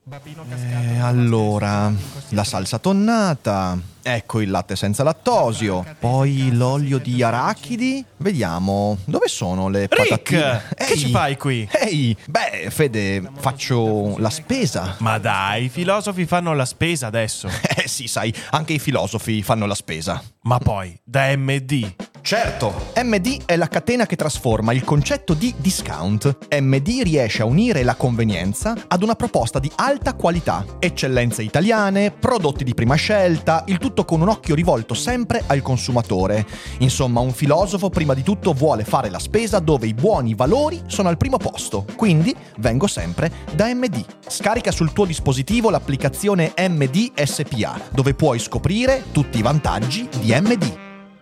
Allora, la salsa tonnata, ecco il latte senza lattosio, poi l'olio di arachidi. Vediamo, dove sono le patatine? Rick, che ci fai qui? Ehi, beh, Fede, faccio la spesa. Ma dai, i filosofi fanno la spesa adesso. Sì, sai, anche i filosofi fanno la spesa. Ma poi, da MD. Certo, MD è la catena che trasforma il concetto di discount. MD riesce a unire la convenienza ad una proposta di alta qualità, eccellenze italiane, prodotti di prima scelta, il tutto con un occhio rivolto sempre al consumatore. Insomma, un filosofo prima di tutto vuole fare la spesa dove i buoni valori sono al primo posto. Quindi vengo sempre da MD. Scarica sul tuo dispositivo l'applicazione MD SPA, dove puoi scoprire tutti i vantaggi di MD.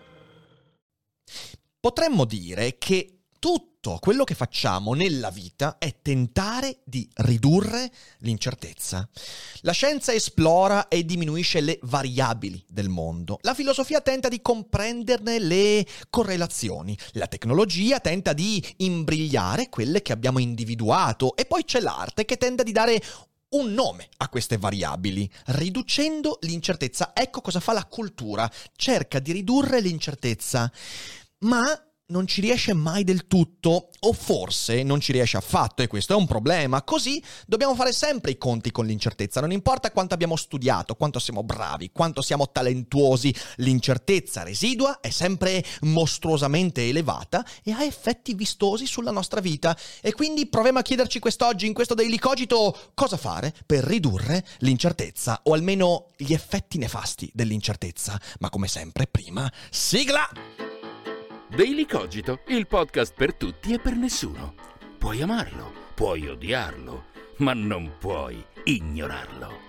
Potremmo dire che tutto quello che facciamo nella vita è tentare di ridurre l'incertezza. La scienza esplora e diminuisce le variabili del mondo. La filosofia tenta di comprenderne le correlazioni. La tecnologia tenta di imbrigliare quelle che abbiamo individuato. E poi c'è l'arte che tenta di dare un nome a queste variabili, riducendo l'incertezza. Ecco cosa fa la cultura. Cerca di ridurre l'incertezza, ma non ci riesce mai del tutto, o forse non ci riesce affatto, e questo è un problema. Così dobbiamo fare sempre i conti con l'incertezza. Non importa quanto abbiamo studiato, quanto siamo bravi, quanto siamo talentuosi, l'incertezza residua, è sempre mostruosamente elevata e ha effetti vistosi sulla nostra vita. E quindi proviamo a chiederci quest'oggi, in questo Daily Cogito, cosa fare per ridurre l'incertezza, o almeno gli effetti nefasti dell'incertezza. Ma come sempre, prima, sigla! Daily Cogito, il podcast per tutti e per nessuno. Puoi amarlo, puoi odiarlo, ma non puoi ignorarlo.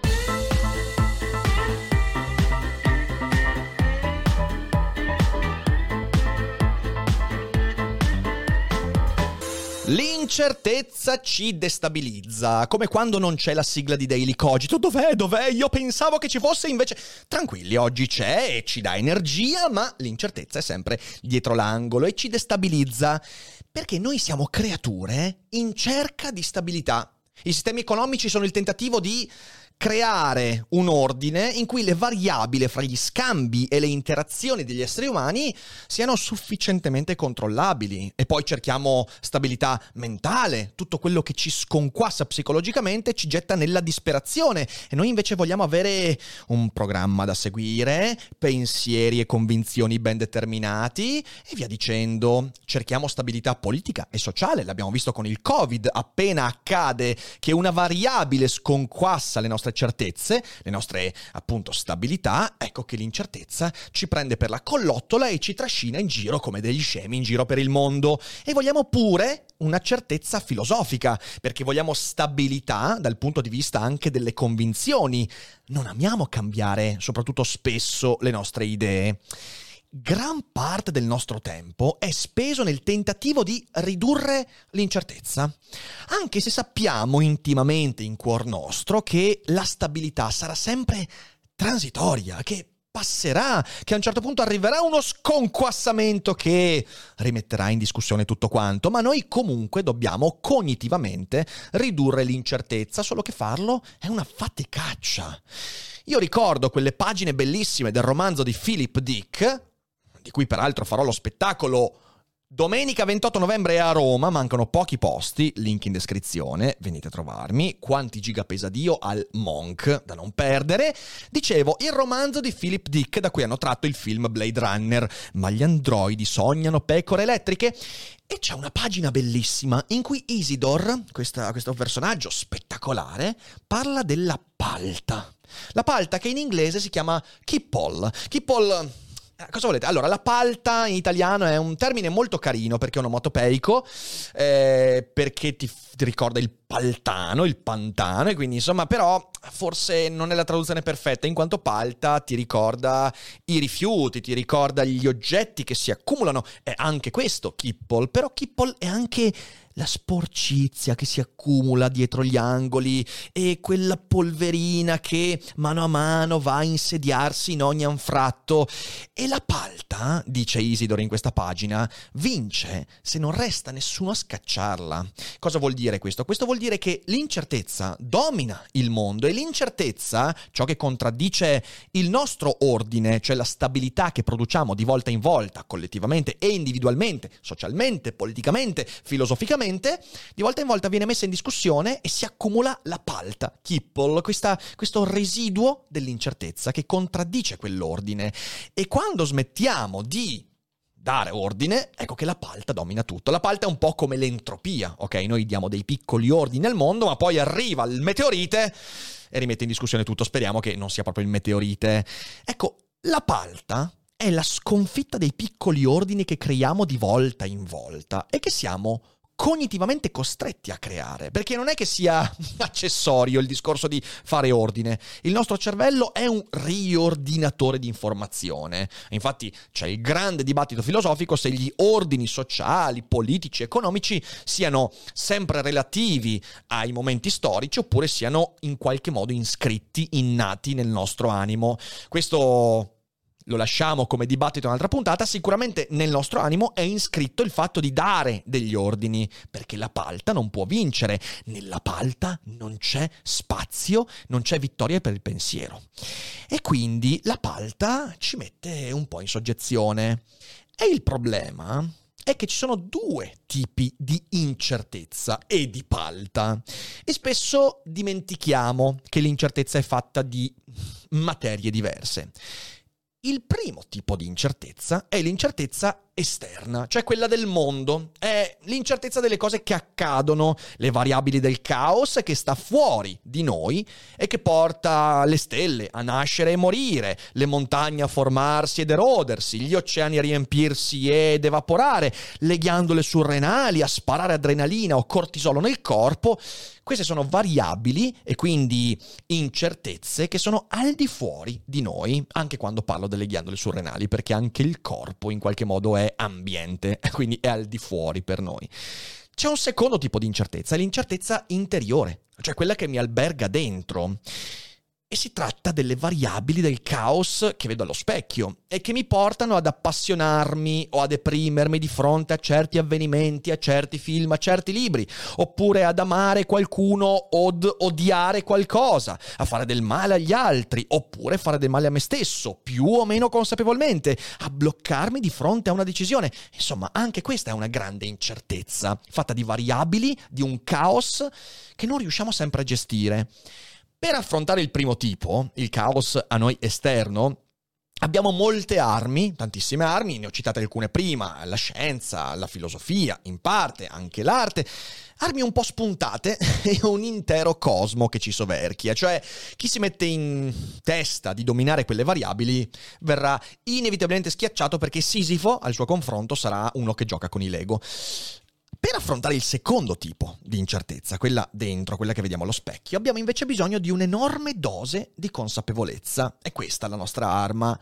L'incertezza ci destabilizza, come quando non c'è la sigla di Daily Cogito. Dov'è? Io pensavo che ci fosse, invece... Tranquilli, oggi c'è e ci dà energia, ma l'incertezza è sempre dietro l'angolo e ci destabilizza, perché noi siamo creature in cerca di stabilità. I sistemi economici sono il tentativo di creare un ordine in cui le variabili fra gli scambi e le interazioni degli esseri umani siano sufficientemente controllabili. E poi cerchiamo stabilità mentale. Tutto quello che ci sconquassa psicologicamente ci getta nella disperazione, e noi invece vogliamo avere un programma da seguire, pensieri e convinzioni ben determinati e via dicendo. Cerchiamo stabilità politica e sociale. L'abbiamo visto con il Covid. Appena accade che una variabile sconquassa le nostre certezze, le nostre appunto stabilità, ecco che l'incertezza ci prende per la collottola e ci trascina in giro come degli scemi in giro per il mondo. E vogliamo pure una certezza filosofica, perché vogliamo stabilità dal punto di vista anche delle convinzioni. Non amiamo cambiare, soprattutto spesso, le nostre idee. Gran parte del nostro tempo è speso nel tentativo di ridurre l'incertezza, anche se sappiamo intimamente in cuor nostro che la stabilità sarà sempre transitoria, che passerà, che a un certo punto arriverà uno sconquassamento che rimetterà in discussione tutto quanto, ma noi comunque dobbiamo cognitivamente ridurre l'incertezza, solo che farlo è una faticaccia. Io ricordo quelle pagine bellissime del romanzo di Philip Dick, di cui peraltro farò lo spettacolo domenica 28 novembre a Roma, mancano pochi posti, link in descrizione, venite a trovarmi. Quanti giga pesa Dio al Monk, da non perdere. Dicevo, il romanzo di Philip Dick, da cui hanno tratto il film Blade Runner. Ma gli androidi sognano pecore elettriche? E c'è una pagina bellissima in cui Isidore, questo personaggio spettacolare, parla della palta. La palta, che in inglese si chiama Kippol. Kippol... Cosa volete? Allora, la palta in italiano è un termine molto carino perché è onomatopeico, perché ti ricorda il paltano, il pantano, e quindi insomma, però forse non è la traduzione perfetta, in quanto palta ti ricorda i rifiuti, ti ricorda gli oggetti che si accumulano. È anche questo Kippol, però Kippol è anche la sporcizia che si accumula dietro gli angoli e quella polverina che mano a mano va a insediarsi in ogni anfratto. E la palta, dice Isidore in questa pagina, vince se non resta nessuno a scacciarla. Cosa vuol dire questo? Questo vuol dire che l'incertezza domina il mondo e l'incertezza, ciò che contraddice il nostro ordine, cioè la stabilità che produciamo di volta in volta, collettivamente e individualmente, socialmente, politicamente, filosoficamente, di volta in volta viene messa in discussione e si accumula la palta, Kippel, questo residuo dell'incertezza che contraddice quell'ordine. E quando smettiamo di dare ordine, ecco che la palta domina tutto. La palta è un po' come l'entropia, ok? Noi diamo dei piccoli ordini al mondo, ma poi arriva il meteorite e rimette in discussione tutto. Speriamo che non sia proprio il meteorite. Ecco, la palta è la sconfitta dei piccoli ordini che creiamo di volta in volta e che siamo cognitivamente costretti a creare, perché non è che sia accessorio il discorso di fare ordine. Il nostro cervello è un riordinatore di informazione. Infatti c'è il grande dibattito filosofico se gli ordini sociali, politici, economici siano sempre relativi ai momenti storici oppure siano in qualche modo iscritti, innati nel nostro animo. Questo lo lasciamo come dibattito in un'altra puntata. Sicuramente nel nostro animo è iscritto il fatto di dare degli ordini, perché la palta non può vincere. Nella palta non c'è spazio, non c'è vittoria per il pensiero. E quindi la palta ci mette un po' in soggezione. E il problema è che ci sono due tipi di incertezza e di palta. E spesso dimentichiamo che l'incertezza è fatta di materie diverse. Il primo tipo di incertezza è l'incertezza esterna, cioè quella del mondo, è l'incertezza delle cose che accadono, le variabili del caos che sta fuori di noi e che porta le stelle a nascere e morire, le montagne a formarsi ed erodersi, gli oceani a riempirsi ed evaporare, le ghiandole surrenali a sparare adrenalina o cortisolo nel corpo. Queste sono variabili e quindi incertezze che sono al di fuori di noi, anche quando parlo delle ghiandole surrenali, perché anche il corpo in qualche modo è ambiente, quindi è al di fuori per noi. C'è un secondo tipo di incertezza, è l'incertezza interiore, cioè quella che mi alberga dentro. E si tratta delle variabili del caos che vedo allo specchio e che mi portano ad appassionarmi o a deprimermi di fronte a certi avvenimenti, a certi film, a certi libri, oppure ad amare qualcuno o odiare qualcosa, a fare del male agli altri, oppure fare del male a me stesso, più o meno consapevolmente, a bloccarmi di fronte a una decisione. Insomma, anche questa è una grande incertezza, fatta di variabili, di un caos che non riusciamo sempre a gestire. Per affrontare il primo tipo, il caos a noi esterno, abbiamo molte armi, tantissime armi, ne ho citate alcune prima, la scienza, la filosofia, in parte anche l'arte, armi un po' spuntate e un intero cosmo che ci soverchia, cioè chi si mette in testa di dominare quelle variabili verrà inevitabilmente schiacciato perché Sisifo al suo confronto sarà uno che gioca con i Lego. Per affrontare il secondo tipo di incertezza, quella dentro, quella che vediamo allo specchio, abbiamo invece bisogno di un'enorme dose di consapevolezza. È questa la nostra arma,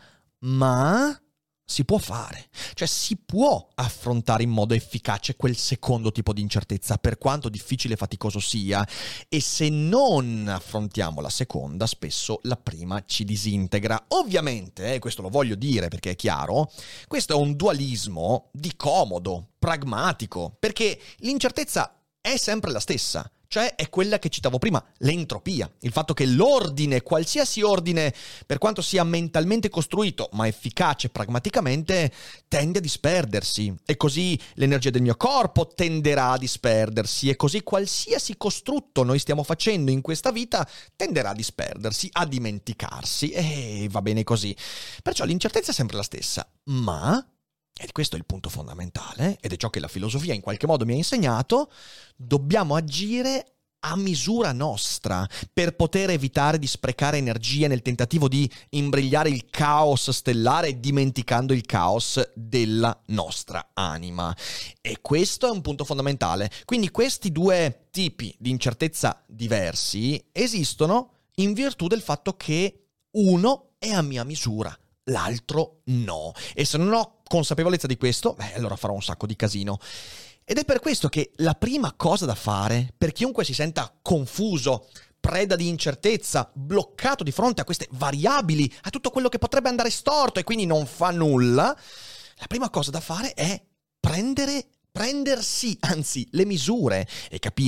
ma si può fare. Cioè si può affrontare in modo efficace quel secondo tipo di incertezza, per quanto difficile e faticoso sia, e se non affrontiamo la seconda, spesso la prima ci disintegra. Ovviamente, questo lo voglio dire perché è chiaro, questo è un dualismo di comodo, pragmatico, perché l'incertezza è sempre la stessa. Cioè è quella che citavo prima, l'entropia, il fatto che l'ordine, qualsiasi ordine, per quanto sia mentalmente costruito, ma efficace pragmaticamente, tende a disperdersi. E così l'energia del mio corpo tenderà a disperdersi, e così qualsiasi costrutto noi stiamo facendo in questa vita tenderà a disperdersi, a dimenticarsi, e va bene così. Perciò l'incertezza è sempre la stessa, ma... e questo è il punto fondamentale, ed è ciò che la filosofia in qualche modo mi ha insegnato, dobbiamo agire a misura nostra per poter evitare di sprecare energie nel tentativo di imbrigliare il caos stellare dimenticando il caos della nostra anima. E questo è un punto fondamentale. Quindi questi due tipi di incertezza diversi esistono in virtù del fatto che uno è a mia misura, l'altro no. E se non ho consapevolezza di questo, allora farò un sacco di casino. Ed è per questo che la prima cosa da fare, per chiunque si senta confuso, preda di incertezza, bloccato di fronte a queste variabili, a tutto quello che potrebbe andare storto e quindi non fa nulla, la prima cosa da fare è prendersi, anzi, le misure e capire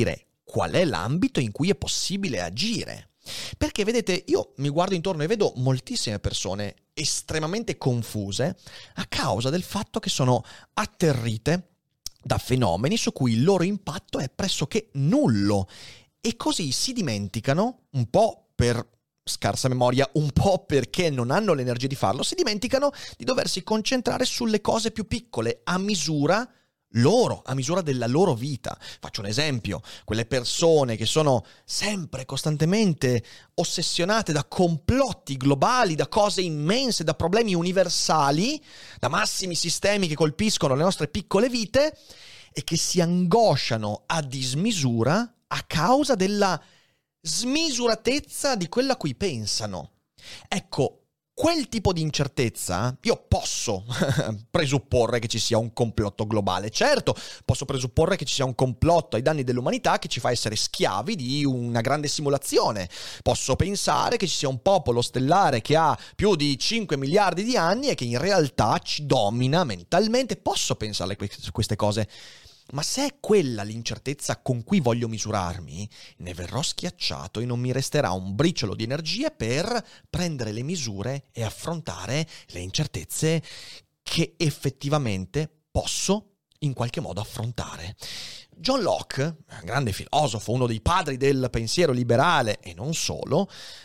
qual è l'ambito in cui è possibile agire. Perché vedete, io mi guardo intorno e vedo moltissime persone estremamente confuse a causa del fatto che sono atterrite da fenomeni su cui il loro impatto è pressoché nullo e così si dimenticano, un po' per scarsa memoria, un po' perché non hanno l'energia di farlo, si dimenticano di doversi concentrare sulle cose più piccole a misura loro, a misura della loro vita. Faccio un esempio: quelle persone che sono sempre, costantemente ossessionate da complotti globali, da cose immense, da problemi universali, da massimi sistemi che colpiscono le nostre piccole vite e che si angosciano a dismisura a causa della smisuratezza di quello a cui pensano. Ecco, quel tipo di incertezza, io posso presupporre che ci sia un complotto globale. Certo, posso presupporre che ci sia un complotto ai danni dell'umanità che ci fa essere schiavi di una grande simulazione. Posso pensare che ci sia un popolo stellare che ha più di 5 miliardi di anni e che in realtà ci domina mentalmente. Posso pensare queste cose. Ma se è quella l'incertezza con cui voglio misurarmi, ne verrò schiacciato e non mi resterà un briciolo di energie per prendere le misure e affrontare le incertezze che effettivamente posso in qualche modo affrontare. John Locke, grande filosofo, uno dei padri del pensiero liberale e non solo,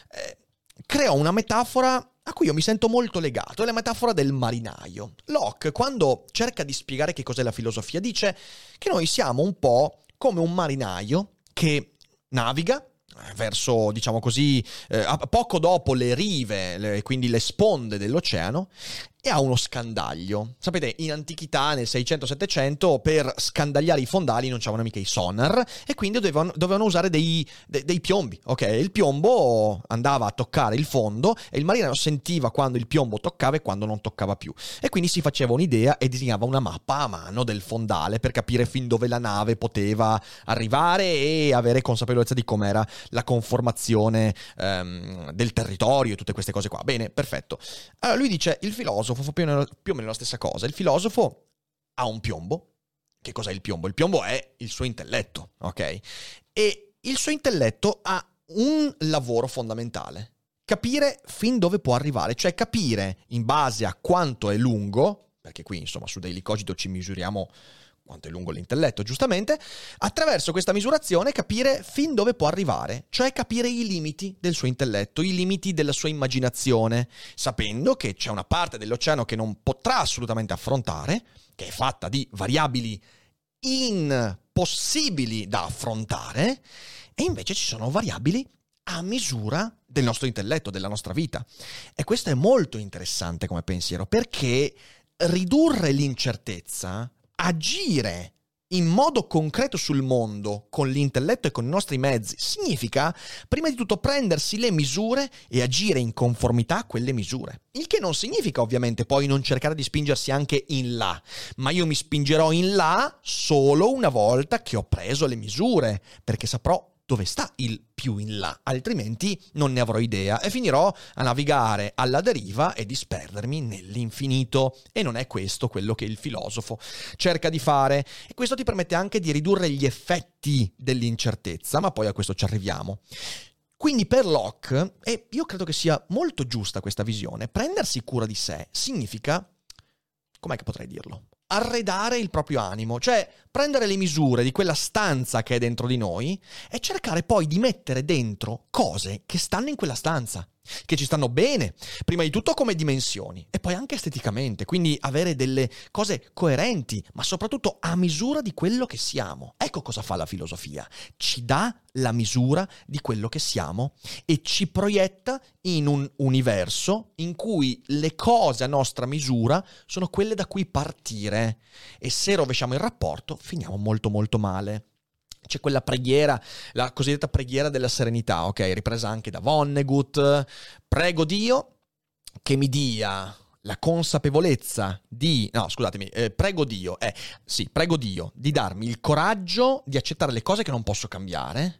creò una metafora a cui io mi sento molto legato, è la metafora del marinaio. Locke, quando cerca di spiegare che cos'è la filosofia, dice che noi siamo un po' come un marinaio che naviga verso, diciamo così, poco dopo le rive, quindi le sponde dell'oceano, e ha uno scandaglio. Sapete, in antichità, nel 600-700, per scandagliare i fondali non c'erano mica i sonar e quindi dovevano usare dei piombi, ok? Il piombo andava a toccare il fondo e il marinaio sentiva quando il piombo toccava e quando non toccava più. E quindi si faceva un'idea e disegnava una mappa a mano del fondale per capire fin dove la nave poteva arrivare e avere consapevolezza di com'era la conformazione del territorio e tutte queste cose qua. Bene, perfetto. Allora lui dice, il filosofo fa più o meno la stessa cosa. Il filosofo ha un piombo. Che cos'è il piombo? Il piombo è il suo intelletto, ok? E il suo intelletto ha un lavoro fondamentale: capire fin dove può arrivare, cioè capire in base a quanto è lungo, perché qui insomma su Daily Cogito ci misuriamo quanto è lungo l'intelletto, giustamente, attraverso questa misurazione capire fin dove può arrivare, cioè capire i limiti del suo intelletto, i limiti della sua immaginazione, sapendo che c'è una parte dell'oceano che non potrà assolutamente affrontare, che è fatta di variabili impossibili da affrontare, e invece ci sono variabili a misura del nostro intelletto, della nostra vita. E questo è molto interessante come pensiero, perché ridurre l'incertezza, agire in modo concreto sul mondo con l'intelletto e con i nostri mezzi, significa prima di tutto prendersi le misure e agire in conformità a quelle misure. Il che non significa ovviamente poi non cercare di spingersi anche in là, ma io mi spingerò in là solo una volta che ho preso le misure, perché saprò dove sta il più in là, altrimenti non ne avrò idea e finirò a navigare alla deriva e disperdermi nell'infinito. E non è questo quello che il filosofo cerca di fare, e questo ti permette anche di ridurre gli effetti dell'incertezza, ma poi a questo ci arriviamo. Quindi per Locke, e io credo che sia molto giusta questa visione, prendersi cura di sé significa, com'è che potrei dirlo? Arredare il proprio animo, cioè prendere le misure di quella stanza che è dentro di noi e cercare poi di mettere dentro cose che stanno in quella stanza, che ci stanno bene, prima di tutto come dimensioni e poi anche esteticamente, quindi avere delle cose coerenti, ma soprattutto a misura di quello che siamo. Ecco cosa fa la filosofia: ci dà la misura di quello che siamo e ci proietta in un universo in cui le cose a nostra misura sono quelle da cui partire, e se rovesciamo il rapporto finiamo molto molto male. C'è quella preghiera, la cosiddetta preghiera della serenità, ok? Ripresa anche da Vonnegut. Prego Dio che mi dia la consapevolezza di... No, scusatemi, prego Dio di darmi il coraggio di accettare le cose che non posso cambiare,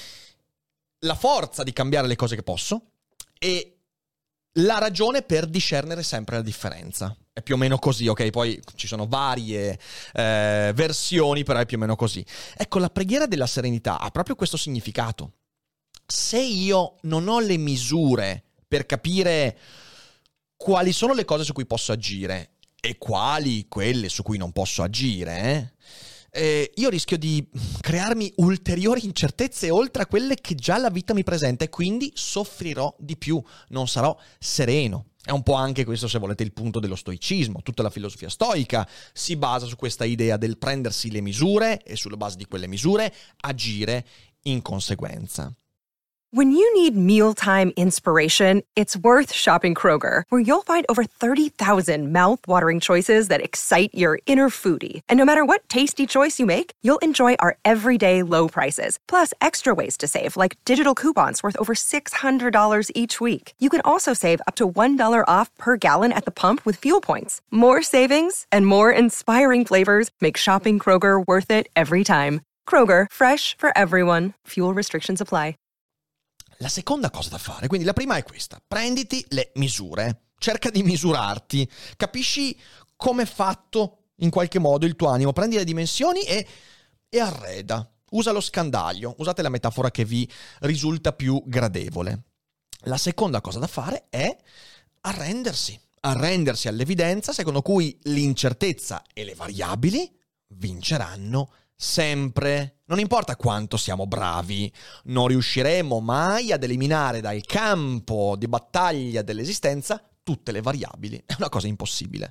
la forza di cambiare le cose che posso e la ragione per discernere sempre la differenza. È più o meno così, ok? Poi ci sono varie versioni, però è più o meno così. Ecco, la preghiera della serenità ha proprio questo significato. Se io non ho le misure per capire quali sono le cose su cui posso agire e quali quelle su cui non posso agire, io rischio di crearmi ulteriori incertezze oltre a quelle che già la vita mi presenta e quindi soffrirò di più, non sarò sereno. È un po' anche questo, se volete, il punto dello stoicismo. Tutta la filosofia stoica si basa su questa idea del prendersi le misure e sulla base di quelle misure agire in conseguenza. When you need mealtime inspiration, it's worth shopping Kroger, where you'll find over 30,000 mouth-watering choices that excite your inner foodie. And no matter what tasty choice you make, you'll enjoy our everyday low prices, plus extra ways to save, like digital coupons worth over $600 each week. You can also save up to $1 off per gallon at the pump with fuel points. More savings and more inspiring flavors make shopping Kroger worth it every time. Kroger, fresh for everyone. Fuel restrictions apply. La seconda cosa da fare, quindi la prima è questa: prenditi le misure, cerca di misurarti, capisci come è fatto in qualche modo il tuo animo, prendi le dimensioni e arreda, usa lo scandaglio, usate la metafora che vi risulta più gradevole. La seconda cosa da fare è arrendersi all'evidenza secondo cui l'incertezza e le variabili vinceranno sempre. Non importa quanto siamo bravi, non riusciremo mai ad eliminare dal campo di battaglia dell'esistenza tutte le variabili. È una cosa impossibile.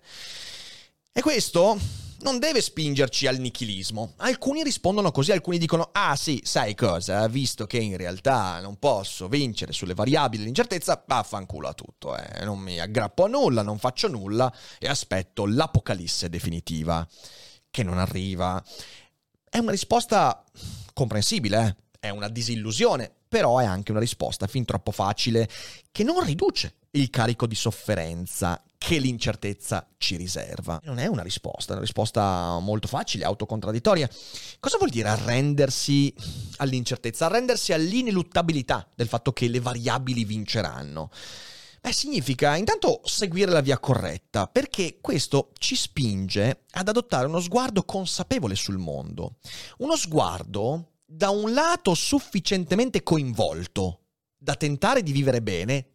E questo non deve spingerci al nichilismo. Alcuni rispondono così, alcuni dicono: ah sì, sai cosa, visto che in realtà non posso vincere sulle variabili dell'incertezza, vaffanculo a tutto, non mi aggrappo a nulla, non faccio nulla e aspetto l'apocalisse definitiva, che non arriva. È una risposta comprensibile, è una disillusione, però è anche una risposta fin troppo facile che non riduce il carico di sofferenza che l'incertezza ci riserva. Non è una risposta molto facile, autocontradittoria. Cosa vuol dire arrendersi all'incertezza? Arrendersi all'ineluttabilità del fatto che le variabili vinceranno. Significa intanto seguire la via corretta, perché questo ci spinge ad adottare uno sguardo consapevole sul mondo. Uno sguardo, da un lato, sufficientemente coinvolto, da tentare di vivere bene,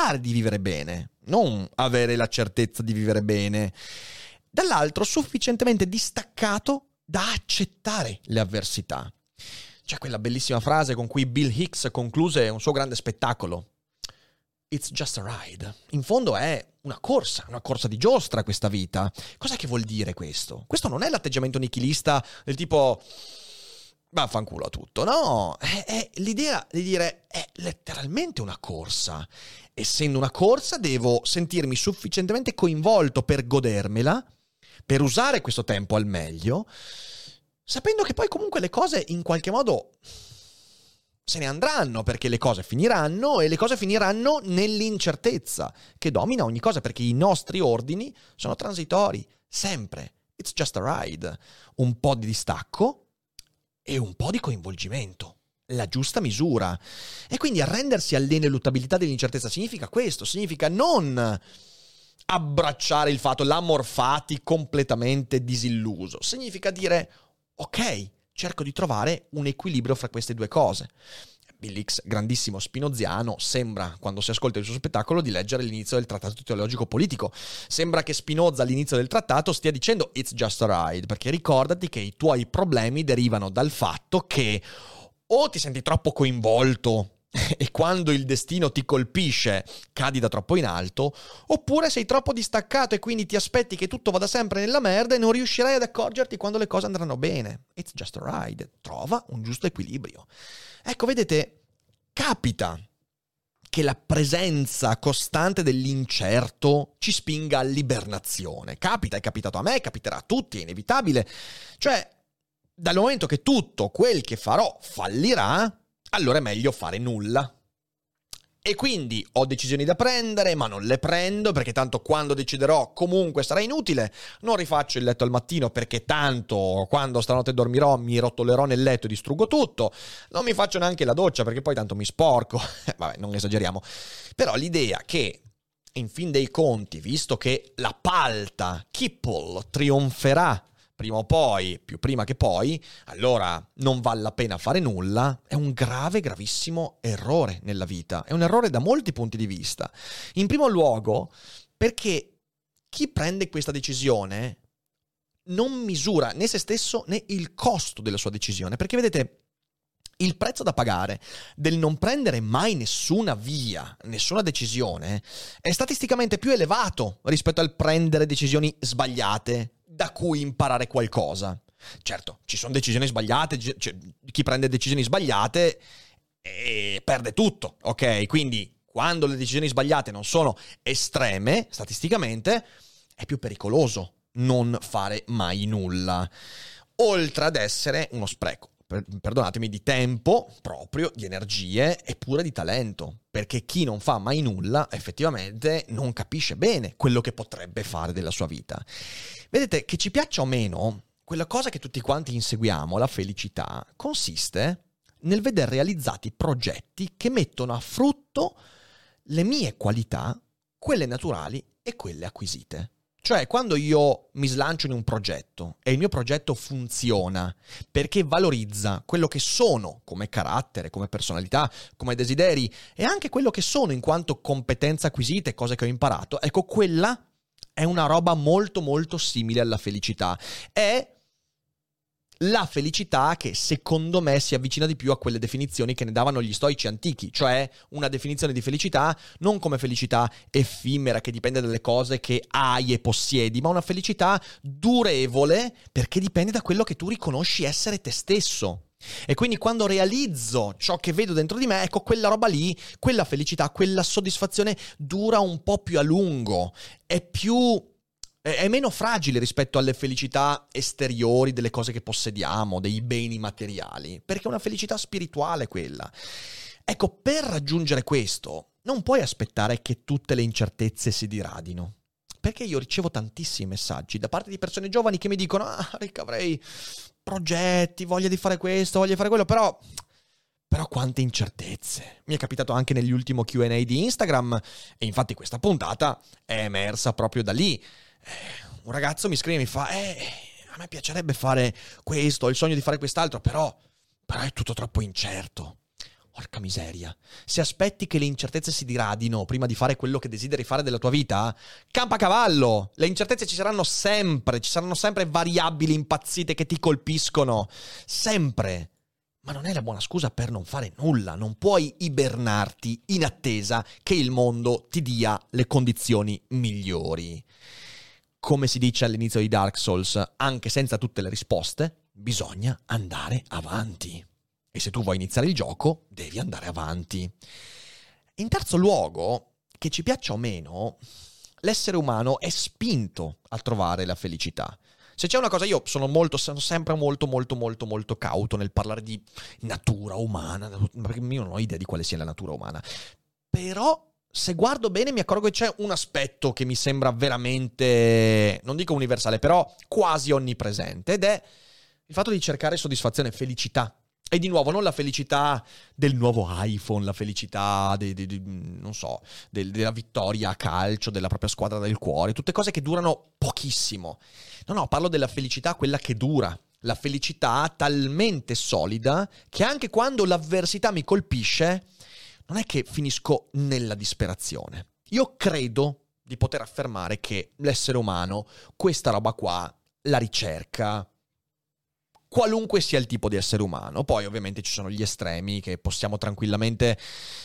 non avere la certezza di vivere bene. Dall'altro, sufficientemente distaccato da accettare le avversità. C'è quella bellissima frase con cui Bill Hicks concluse un suo grande spettacolo. It's just a ride. In fondo è una corsa di giostra questa vita. Cos'è che vuol dire questo? Questo non è l'atteggiamento nichilista del tipo vaffanculo a tutto, no? È l'idea di dire è letteralmente una corsa. Essendo una corsa devo sentirmi sufficientemente coinvolto per godermela, per usare questo tempo al meglio, sapendo che poi comunque le cose in qualche modo se ne andranno, perché le cose finiranno e le cose finiranno nell'incertezza che domina ogni cosa, perché i nostri ordini sono transitori, sempre. It's just a ride. Un po' di distacco e un po' di coinvolgimento, la giusta misura. E quindi arrendersi all'ineluttabilità dell'incertezza significa questo, significa non abbracciare il fatto, l'amor fati completamente disilluso. Significa dire, ok, cerco di trovare un equilibrio fra queste due cose. Bill Hicks, grandissimo spinoziano, sembra, quando si ascolta il suo spettacolo, di leggere l'inizio del trattato teologico politico. Sembra che Spinoza all'inizio del trattato stia dicendo it's just a ride, perché ricordati che i tuoi problemi derivano dal fatto che o ti senti troppo coinvolto e quando il destino ti colpisce cadi da troppo in alto, oppure sei troppo distaccato e quindi ti aspetti che tutto vada sempre nella merda e non riuscirai ad accorgerti quando le cose andranno bene. It's just a ride. Trova un giusto equilibrio. Ecco, vedete, capita che la presenza costante dell'incerto ci spinga all'ibernazione. Capita, è capitato a me, capiterà a tutti, è inevitabile. Cioè, dal momento che tutto quel che farò fallirà, allora è meglio fare nulla. E quindi ho decisioni da prendere, ma non le prendo perché tanto quando deciderò comunque sarà inutile. Non rifaccio il letto al mattino perché tanto quando stanotte dormirò mi rotolerò nel letto e distruggo tutto. Non mi faccio neanche la doccia perché poi tanto mi sporco. Vabbè, non esageriamo. Però l'idea che in fin dei conti, visto che la palta Kipple trionferà prima o poi, più prima che poi, allora non vale la pena fare nulla, è un grave, gravissimo errore nella vita. È un errore da molti punti di vista. In primo luogo, perché chi prende questa decisione non misura né se stesso né il costo della sua decisione. Perché vedete, il prezzo da pagare del non prendere mai nessuna via, nessuna decisione, è statisticamente più elevato rispetto al prendere decisioni sbagliate da cui imparare qualcosa. Certo, ci sono decisioni sbagliate, chi prende decisioni sbagliate perde tutto, ok? Quindi quando le decisioni sbagliate non sono estreme, statisticamente, è più pericoloso non fare mai nulla, oltre ad essere uno spreco, perdonatemi, di tempo proprio, di energie e pure di talento, perché chi non fa mai nulla effettivamente non capisce bene quello che potrebbe fare della sua vita. Vedete, che ci piaccia o meno, quella cosa che tutti quanti inseguiamo, la felicità, consiste nel veder realizzati progetti che mettono a frutto le mie qualità, quelle naturali e quelle acquisite. Cioè, quando io mi slancio in un progetto e il mio progetto funziona perché valorizza quello che sono come carattere, come personalità, come desideri e anche quello che sono in quanto competenze acquisite, cose che ho imparato, ecco, quella è una roba molto molto simile alla felicità. È la felicità che secondo me si avvicina di più a quelle definizioni che ne davano gli stoici antichi, cioè una definizione di felicità non come felicità effimera che dipende dalle cose che hai e possiedi, ma una felicità durevole perché dipende da quello che tu riconosci essere te stesso. E quindi quando realizzo ciò che vedo dentro di me, ecco, quella roba lì, quella felicità, quella soddisfazione dura un po' più a lungo, è meno fragile rispetto alle felicità esteriori delle cose che possediamo, dei beni materiali, perché è una felicità spirituale quella. Ecco, per raggiungere questo non puoi aspettare che tutte le incertezze si diradino, perché io ricevo tantissimi messaggi da parte di persone giovani che mi dicono Rick, avrei progetti, voglia di fare questo, voglia di fare quello, però quante incertezze. Mi è capitato anche negli ultimi Q&A di Instagram e infatti questa puntata è emersa proprio da lì. Un ragazzo mi scrive e mi fa a me piacerebbe fare questo, ho il sogno di fare quest'altro, però è tutto troppo incerto. Porca miseria, se aspetti che le incertezze si diradino prima di fare quello che desideri fare della tua vita, campa a cavallo. Le incertezze ci saranno sempre variabili impazzite che ti colpiscono, sempre. Ma non è la buona scusa per non fare nulla. Non puoi ibernarti in attesa che il mondo ti dia le condizioni migliori. Come si dice all'inizio di Dark Souls, anche senza tutte le risposte, bisogna andare avanti. E se tu vuoi iniziare il gioco, devi andare avanti. In terzo luogo, che ci piaccia o meno, l'essere umano è spinto a trovare la felicità. Se c'è una cosa, io sono sempre molto cauto nel parlare di natura umana, perché io non ho idea di quale sia la natura umana. Però, se guardo bene, mi accorgo che c'è un aspetto che mi sembra veramente, non dico universale, però quasi onnipresente, ed è il fatto di cercare soddisfazione, felicità. E di nuovo, non la felicità del nuovo iPhone, la felicità della vittoria a calcio, della propria squadra del cuore, tutte cose che durano pochissimo. No, parlo della felicità, quella che dura. La felicità talmente solida che anche quando l'avversità mi colpisce, non è che finisco nella disperazione. Io credo di poter affermare che l'essere umano questa roba qua la ricerca, qualunque sia il tipo di essere umano. Poi ovviamente ci sono gli estremi che possiamo tranquillamente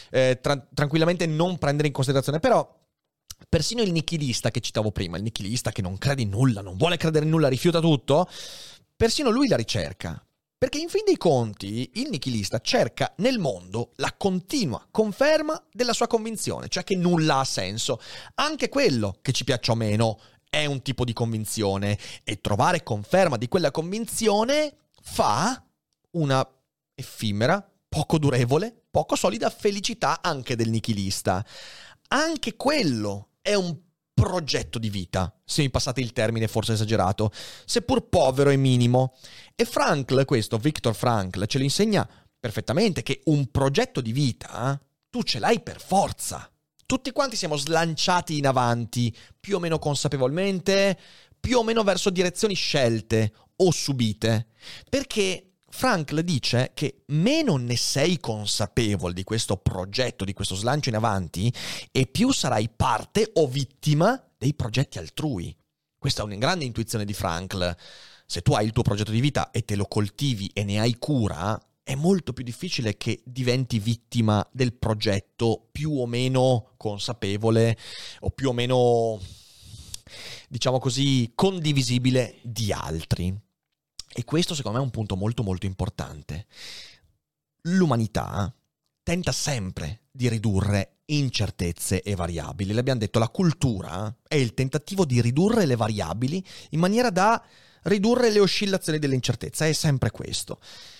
non prendere in considerazione, però persino il nichilista che citavo prima, il nichilista che non crede in nulla, non vuole credere in nulla, rifiuta tutto, persino lui la ricerca. Perché in fin dei conti il nichilista cerca nel mondo la continua conferma della sua convinzione, cioè che nulla ha senso. Anche quello, che ci piaccia o meno, è un tipo di convinzione, e trovare conferma di quella convinzione fa una effimera, poco durevole, poco solida felicità anche del nichilista. Anche quello è un progetto di vita, se mi passate il termine forse esagerato, seppur povero e minimo. E Viktor Frankl, ce lo insegna perfettamente che un progetto di vita tu ce l'hai per forza. tutti quanti siamo slanciati in avanti, più o meno consapevolmente, più o meno verso direzioni scelte o subite, perché Frankl dice che meno ne sei consapevole di questo progetto, di questo slancio in avanti, e più sarai parte o vittima dei progetti altrui. Questa è una grande intuizione di Frankl. Se tu hai il tuo progetto di vita e te lo coltivi e ne hai cura, è molto più difficile che diventi vittima del progetto più o meno consapevole o più o meno, diciamo così, condivisibile di altri. E questo secondo me è un punto molto molto importante. L'umanità tenta sempre di ridurre incertezze e variabili. L'abbiamo detto, la cultura è il tentativo di ridurre le variabili in maniera da ridurre le oscillazioni dell'incertezza. È sempre questo.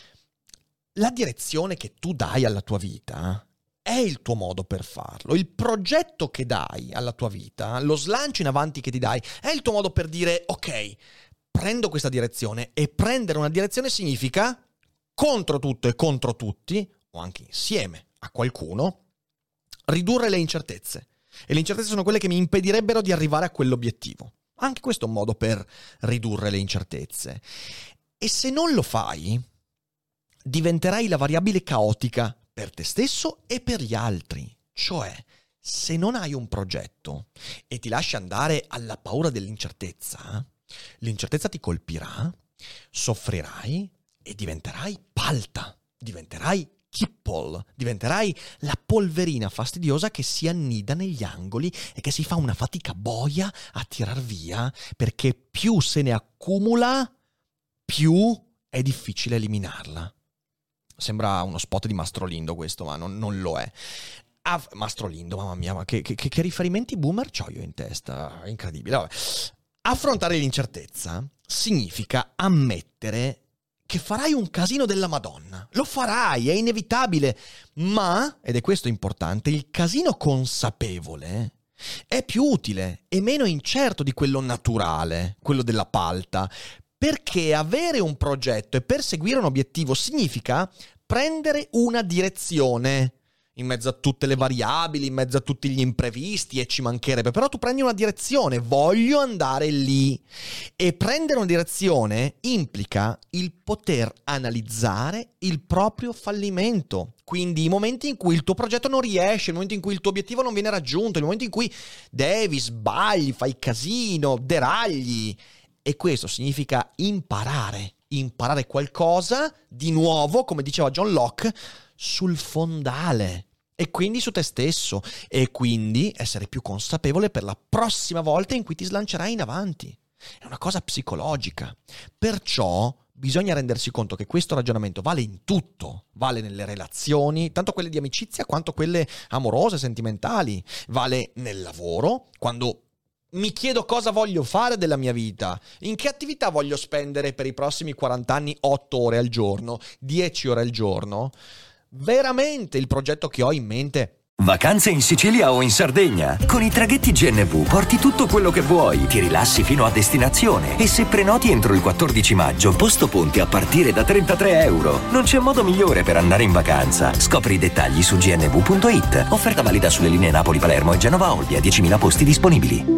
La direzione che tu dai alla tua vita è il tuo modo per farlo. Il progetto che dai alla tua vita, lo slancio in avanti che ti dai, è il tuo modo per dire ok, prendo questa direzione, e prendere una direzione significa contro tutto e contro tutti, o anche insieme a qualcuno, ridurre le incertezze. E le incertezze sono quelle che mi impedirebbero di arrivare a quell'obiettivo. Anche questo è un modo per ridurre le incertezze. E se non lo fai, diventerai la variabile caotica per te stesso e per gli altri. Cioè, se non hai un progetto e ti lasci andare alla paura dell'incertezza, l'incertezza ti colpirà, soffrirai e diventerai palta, diventerai Kipple, diventerai la polverina fastidiosa che si annida negli angoli e che si fa una fatica boia a tirar via, perché più se ne accumula, più è difficile eliminarla. Sembra uno spot di Mastro Lindo questo, ma non lo è. Mastro Lindo, mamma mia, ma che riferimenti boomer c'ho io in testa, è incredibile. Vabbè. Affrontare l'incertezza significa ammettere che farai un casino della Madonna. Lo farai, è inevitabile. Ma, ed è questo importante, il casino consapevole è più utile e meno incerto di quello naturale, quello della palta. Perché avere un progetto e perseguire un obiettivo significa prendere una direzione in mezzo a tutte le variabili, in mezzo a tutti gli imprevisti, e ci mancherebbe. Però tu prendi una direzione, voglio andare lì. E prendere una direzione implica il poter analizzare il proprio fallimento. Quindi i momenti in cui il tuo progetto non riesce, il momento in cui il tuo obiettivo non viene raggiunto, il momento in cui sbagli, fai casino, deragli. E questo significa imparare qualcosa di nuovo, come diceva John Locke, sul fondale, e quindi su te stesso, e quindi essere più consapevole per la prossima volta in cui ti slancerai in avanti. È una cosa psicologica. Perciò bisogna rendersi conto che questo ragionamento vale in tutto, vale nelle relazioni, tanto quelle di amicizia quanto quelle amorose, sentimentali, vale nel lavoro, quando mi chiedo cosa voglio fare della mia vita, in che attività voglio spendere per i prossimi 40 anni 8 ore al giorno, 10 ore al giorno. Veramente il progetto che ho in mente. Vacanze in Sicilia o in Sardegna? Con i traghetti GNV porti tutto quello che vuoi, ti rilassi fino a destinazione, e se prenoti entro il 14 maggio, posto ponti a partire da €33. Non c'è modo migliore per andare in vacanza. Scopri i dettagli su gnv.it. Offerta valida sulle linee Napoli-Palermo e Genova-Olbia, 10.000 posti disponibili.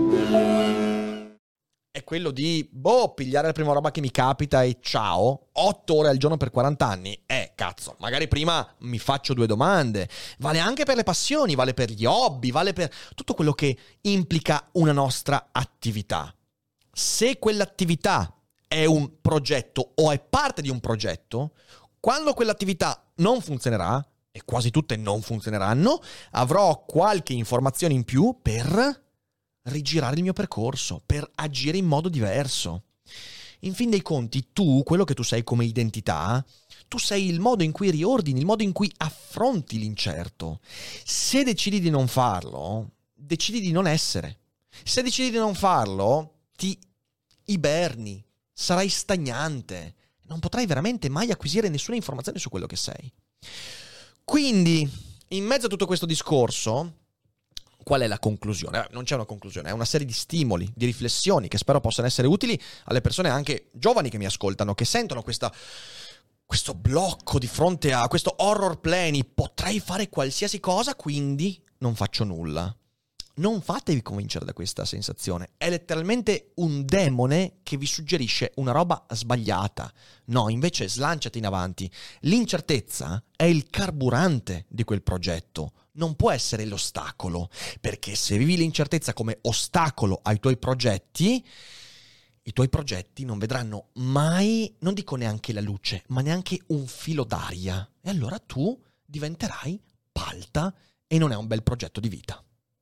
È quello di, pigliare la prima roba che mi capita e ciao, 8 ore al giorno per 40 anni. Cazzo, magari prima mi faccio 2 domande. Vale anche per le passioni, vale per gli hobby, vale per tutto quello che implica una nostra attività. Se quell'attività è un progetto o è parte di un progetto, quando quell'attività non funzionerà, e quasi tutte non funzioneranno, avrò qualche informazione in più per rigirare il mio percorso, per agire in modo diverso. In fin dei conti, quello che tu sei come identità, tu sei il modo in cui riordini, il modo in cui affronti l'incerto. Se decidi di non farlo, decidi di non essere. Se decidi di non farlo, ti iberni, sarai stagnante, non potrai veramente mai acquisire nessuna informazione su quello che sei. Quindi, in mezzo a tutto questo discorso, qual è la conclusione? Non c'è una conclusione, è una serie di stimoli, di riflessioni che spero possano essere utili alle persone anche giovani che mi ascoltano, che sentono questo blocco di fronte a questo horror plani. Potrei fare qualsiasi cosa, quindi non faccio nulla. Non fatevi convincere da questa sensazione. È letteralmente un demone che vi suggerisce una roba sbagliata. No, invece slanciati in avanti. L'incertezza è il carburante di quel progetto. Non può essere l'ostacolo. Perché se vivi l'incertezza come ostacolo ai tuoi progetti, i tuoi progetti non vedranno mai, non dico neanche la luce, ma neanche un filo d'aria. E allora tu diventerai palta e non è un bel progetto di vita.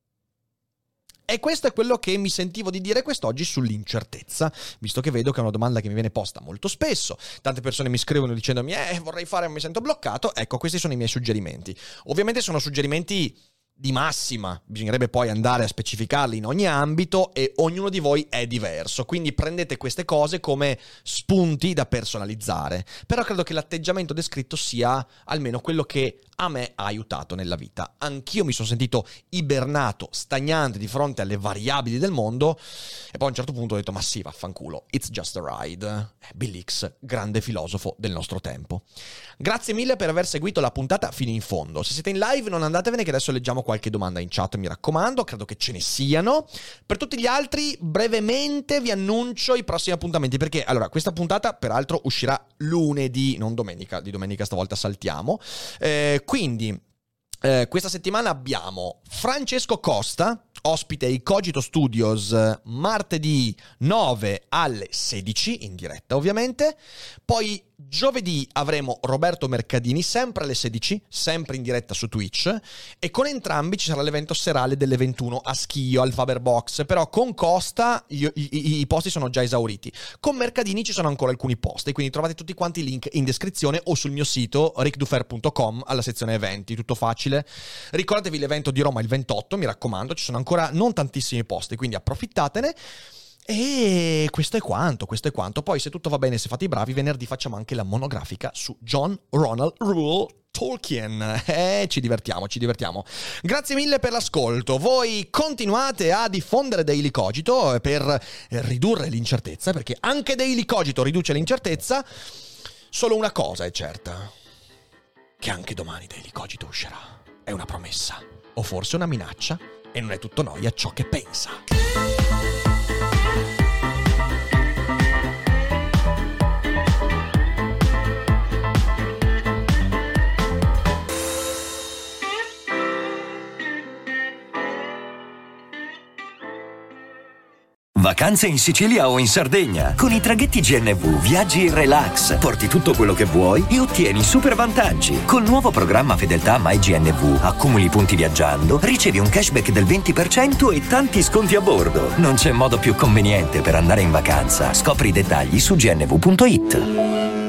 E questo è quello che mi sentivo di dire quest'oggi sull'incertezza, visto che vedo che è una domanda che mi viene posta molto spesso. Tante persone mi scrivono dicendomi vorrei fare ma mi sento bloccato. Ecco, questi sono i miei suggerimenti. Ovviamente sono suggerimenti di massima, bisognerebbe poi andare a specificarli in ogni ambito e ognuno di voi è diverso, quindi prendete queste cose come spunti da personalizzare. Però credo che l'atteggiamento descritto sia almeno quello che a me ha aiutato nella vita. Anch'io mi sono sentito ibernato, stagnante di fronte alle variabili del mondo e poi a un certo punto ho detto ma sì, vaffanculo, it's just a ride. Bill Hicks, grande filosofo del nostro tempo. Grazie mille per aver seguito la puntata fino in fondo. Se siete in live non andatevene che adesso leggiamo qualche domanda in chat, mi raccomando, credo che ce ne siano. Per tutti gli altri brevemente vi annuncio i prossimi appuntamenti, perché allora questa puntata peraltro uscirà lunedì, non domenica, di domenica stavolta saltiamo. Quindi questa settimana abbiamo Francesco Costa, ospite ai Cogito Studios, martedì 9 alle 16, in diretta ovviamente. Poi giovedì avremo Roberto Mercadini, sempre alle 16, sempre in diretta su Twitch, e con entrambi ci sarà l'evento serale delle 21 a Schio, al Faber Box, però con Costa i posti sono già esauriti. Con Mercadini ci sono ancora alcuni posti, quindi trovate tutti quanti i link in descrizione o sul mio sito rickdufer.com alla sezione eventi, tutto facile. Ricordatevi l'evento di Roma il 28, mi raccomando, ci sono ancora non tantissimi posti, quindi approfittatene. E questo è quanto. Poi se tutto va bene, se fate i bravi, venerdì facciamo anche la monografica su John Ronald Reuel Tolkien. Ci divertiamo. Grazie mille per l'ascolto. Voi continuate a diffondere Daily Cogito per ridurre l'incertezza, perché anche Daily Cogito riduce l'incertezza. Solo una cosa è certa: che anche domani Daily Cogito uscirà. È una promessa, o forse una minaccia, e non è tutto noia ciò che pensa. Vacanze in Sicilia o in Sardegna. Con i traghetti GNV viaggi in relax, porti tutto quello che vuoi e ottieni super vantaggi. Col nuovo programma Fedeltà MyGNV accumuli punti viaggiando, ricevi un cashback del 20% e tanti sconti a bordo. Non c'è modo più conveniente per andare in vacanza. Scopri i dettagli su gnv.it.